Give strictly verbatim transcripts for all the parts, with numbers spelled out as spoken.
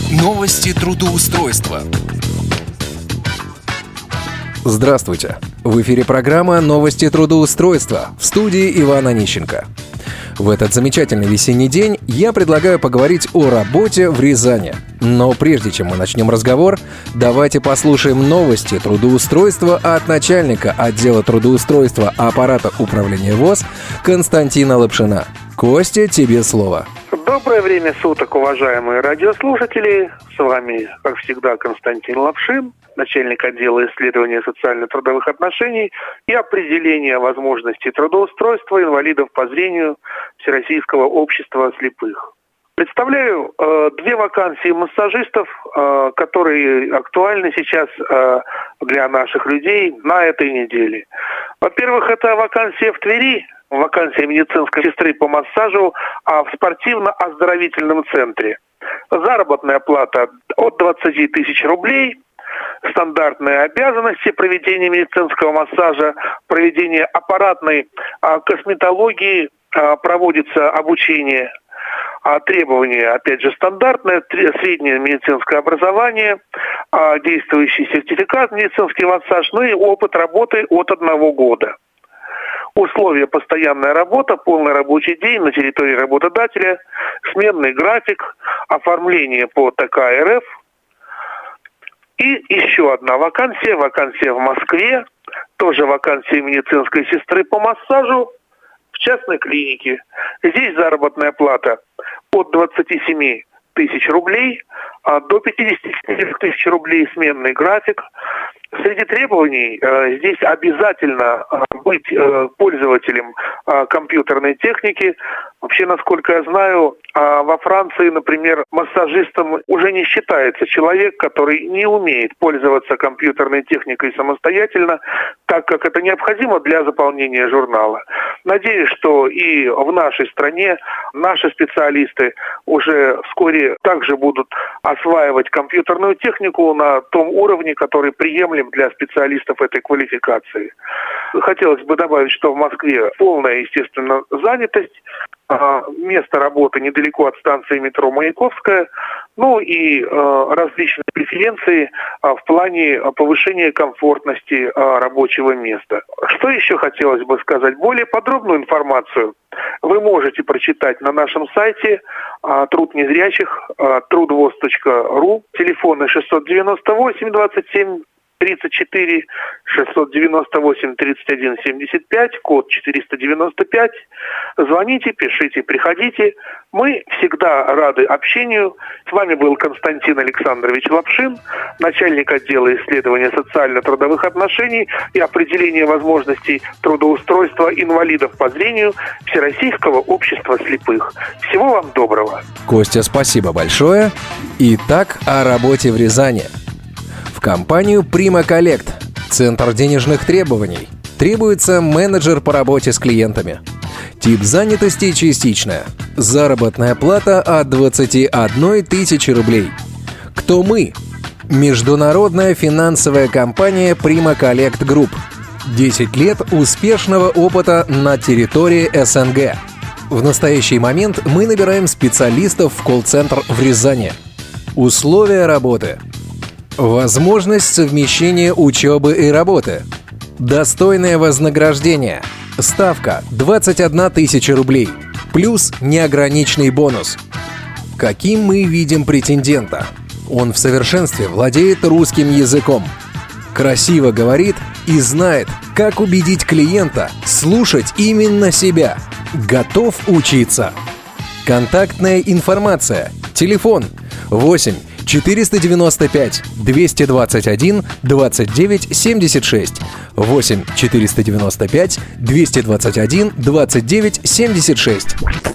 Новости трудоустройства. Здравствуйте! В эфире программа «Новости трудоустройства», в студии Иван Онищенко. В этот замечательный весенний день я предлагаю поговорить о работе в Рязани. Но прежде чем мы начнем разговор, давайте послушаем новости трудоустройства от начальника отдела трудоустройства аппарата управления ВОС Константина Лапшина. Костя, тебе слово. Доброе время суток, уважаемые радиослушатели. С вами, как всегда, Константин Лапшин, начальник отдела исследования социально-трудовых отношений и определения возможностей трудоустройства инвалидов по зрению Всероссийского общества слепых. Представляю э, две вакансии массажистов, э, которые актуальны сейчас э, для наших людей на этой неделе. Во-первых, это вакансия в Твери, вакансия медицинской сестры по массажу а в спортивно-оздоровительном центре. Заработная плата от двадцати тысяч рублей. Стандартные обязанности: проведения медицинского массажа, проведение аппаратной а, косметологии, а, проводится обучение. А требования, опять же, стандартные: среднее медицинское образование, а, действующий сертификат медицинский массаж, ну и опыт работы от одного года. Условия: постоянная работа, полный рабочий день на территории работодателя, сменный график, оформление по ТК РФ. И еще одна вакансия, вакансия в Москве, тоже вакансия медицинской сестры по массажу в частной клинике. Здесь заработная плата от двадцати семи тысяч рублей а до пятидесяти четырёх тысяч рублей, сменный график. Среди требований э, здесь обязательно э, быть э, пользователем э, компьютерной техники. Вообще, насколько я знаю, э, во Франции, например, массажистом уже не считается человек, который не умеет пользоваться компьютерной техникой самостоятельно, так как это необходимо для заполнения журнала. Надеюсь, что и в нашей стране наши специалисты уже вскоре также будут осваивать компьютерную технику на том уровне, который приемлем для специалистов этой квалификации. Хотелось бы добавить, что в Москве полная, естественно, занятость. Место работы недалеко от станции метро Маяковская, ну и э, различные преференции э, в плане повышения комфортности э, рабочего места. Что еще хотелось бы сказать? Более подробную информацию вы можете прочитать на нашем сайте э, труд незрячих, э, трудвоз точка ру, телефоны шестьсот девяносто восемь двадцать семь тридцать четыре, шестьсот девяносто восемь тридцать один семьдесят пять, код четыреста девяносто пять. Звоните, пишите, приходите. Мы всегда рады общению. С вами был Константин Александрович Лапшин, начальник отдела исследования социально-трудовых отношений и определения возможностей трудоустройства инвалидов по зрению Всероссийского общества слепых. Всего вам доброго. Костя, спасибо большое. Итак, о работе в Рязани. В компанию Prima Collect, центр денежных требований, требуется менеджер по работе с клиентами. Тип занятости частичная. Заработная плата от двадцати одной тысячи рублей. Кто мы? Международная финансовая компания Prima Collect Group. десять лет успешного опыта на территории СНГ. В настоящий момент мы набираем специалистов в колл-центр в Рязани. Условия работы. Возможность совмещения учебы и работы. Достойное вознаграждение. Ставка двадцать одна тысяча рублей. Плюс неограниченный бонус. Каким мы видим претендента? Он в совершенстве владеет русским языком. Красиво говорит и знает, как убедить клиента слушать именно себя. Готов учиться. Контактная информация. Телефон восемь четыреста девяносто пять двести двадцать один двадцать девять семьдесят шесть. восемь четыреста девяносто пять двести двадцать один двадцать девять семьдесят шесть.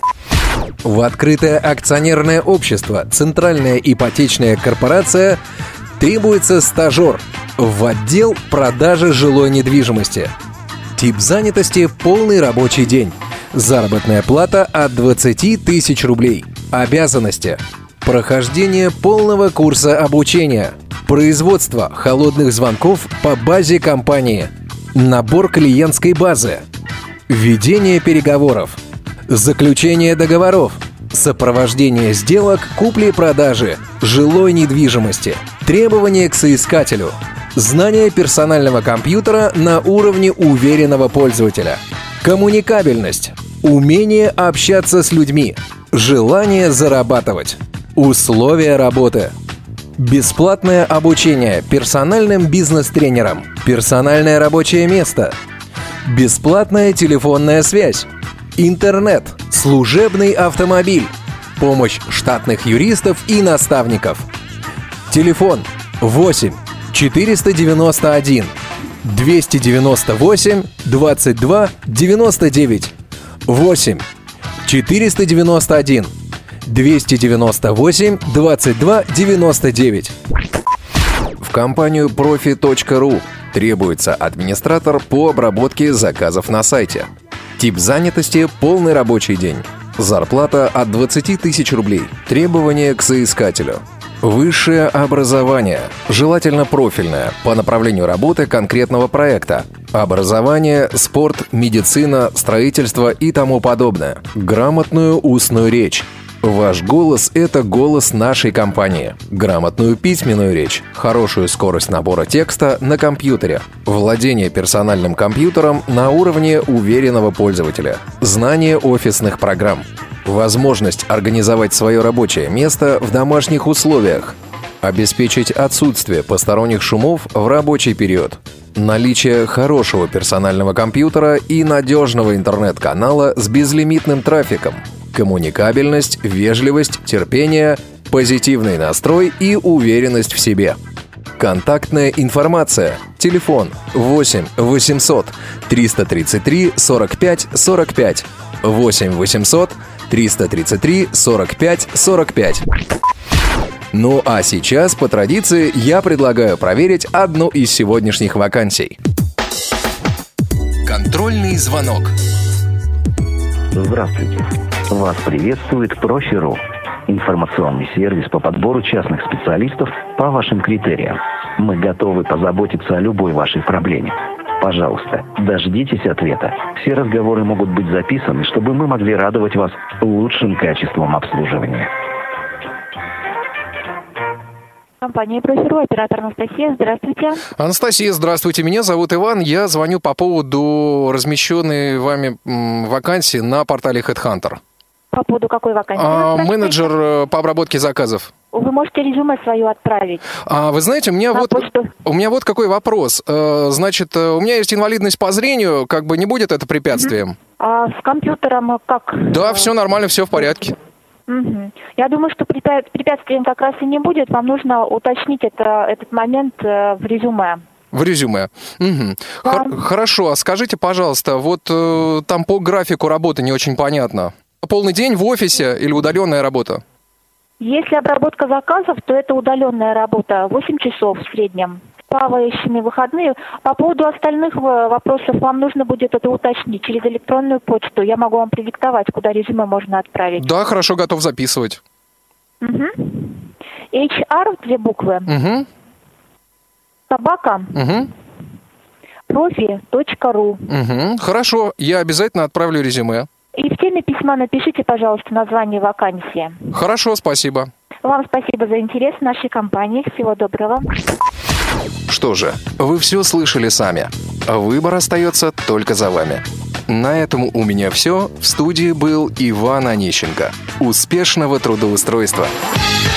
В открытое акционерное общество «Центральная ипотечная корпорация» требуется стажер в отдел продажи жилой недвижимости. Тип занятости – полный рабочий день. Заработная плата от двадцати тысяч рублей. Обязанности: прохождение полного курса обучения, производство холодных звонков по базе компании, набор клиентской базы, ведение переговоров, заключение договоров, сопровождение сделок, купли-продажи, жилой недвижимости, требования к соискателю, знание персонального компьютера на уровне уверенного пользователя, коммуникабельность, умение общаться с людьми, желание зарабатывать, условия работы, бесплатное обучение персональным бизнес-тренерам, персональное рабочее место, бесплатная телефонная связь, интернет, служебный автомобиль, помощь штатных юристов и наставников. Телефон восемь четыреста девяносто один двести девяносто восемь двадцать два девяносто девять. восемь четыреста девяносто один двести девяносто восемь двадцать два девяносто девять. В компанию профи точка ру требуется администратор по обработке заказов на сайте. Тип занятости – полный рабочий день. Зарплата от двадцати тысяч рублей. Требования к соискателю. Высшее образование, желательно профильное, по направлению работы конкретного проекта. Образование, спорт, медицина, строительство и тому подобное. Грамотную устную речь. Ваш голос – это голос нашей компании. Грамотную письменную речь, хорошую скорость набора текста на компьютере, владение персональным компьютером на уровне уверенного пользователя, знание офисных программ, возможность организовать свое рабочее место в домашних условиях, обеспечить отсутствие посторонних шумов в рабочий период, наличие хорошего персонального компьютера и надежного интернет-канала с безлимитным трафиком, коммуникабельность, вежливость, терпение, позитивный настрой и уверенность в себе. Контактная информация. Телефон восемь восемьсот триста тридцать три сорок пять сорок пять. восемь восемьсот триста тридцать три сорок пять сорок пять. Ну а сейчас, по традиции, я предлагаю проверить одну из сегодняшних вакансий. Контрольный звонок. Здравствуйте. Вас приветствует профи точка ру. Информационный сервис по подбору частных специалистов по вашим критериям. Мы готовы позаботиться о любой вашей проблеме. Пожалуйста, дождитесь ответа. Все разговоры могут быть записаны, чтобы мы могли радовать вас лучшим качеством обслуживания. Компания профи точка ру, оператор Анастасия. Здравствуйте. Анастасия, здравствуйте. Меня зовут Иван. Я звоню по поводу размещенной вами м, вакансии на портале HeadHunter. По поводу какой вакансии? А, менеджер по обработке заказов. Вы можете резюме свое отправить. А, вы знаете, у меня, вот, у меня вот какой вопрос. Значит, у меня есть инвалидность по зрению, как бы не будет это препятствием? Угу. А с компьютером как? Да, все нормально, все в порядке. Угу. Я думаю, что препятствием как раз и не будет. Вам нужно уточнить это, этот момент в резюме. В резюме. Угу. Да. Хор- хорошо, а скажите, пожалуйста, вот э, там по графику работы не очень понятно. Полный день в офисе или удаленная работа? Если обработка заказов, то это удаленная работа, восемь часов в среднем. Плавающими выходные. По поводу остальных вопросов вам нужно будет это уточнить через электронную почту. Я могу вам продиктовать, куда резюме можно отправить. Да, хорошо, готов записывать. Угу. эйч ар, две буквы. Угу. Собака. Угу. профи точка ру. Угу. Хорошо, я обязательно отправлю резюме. И в теме письма напишите, пожалуйста, название вакансии. Хорошо, спасибо. Вам спасибо за интерес в нашей компании. Всего доброго. Что же, вы все слышали сами. Выбор остается только за вами. На этом у меня все. В студии был Иван Онищенко. Успешного трудоустройства!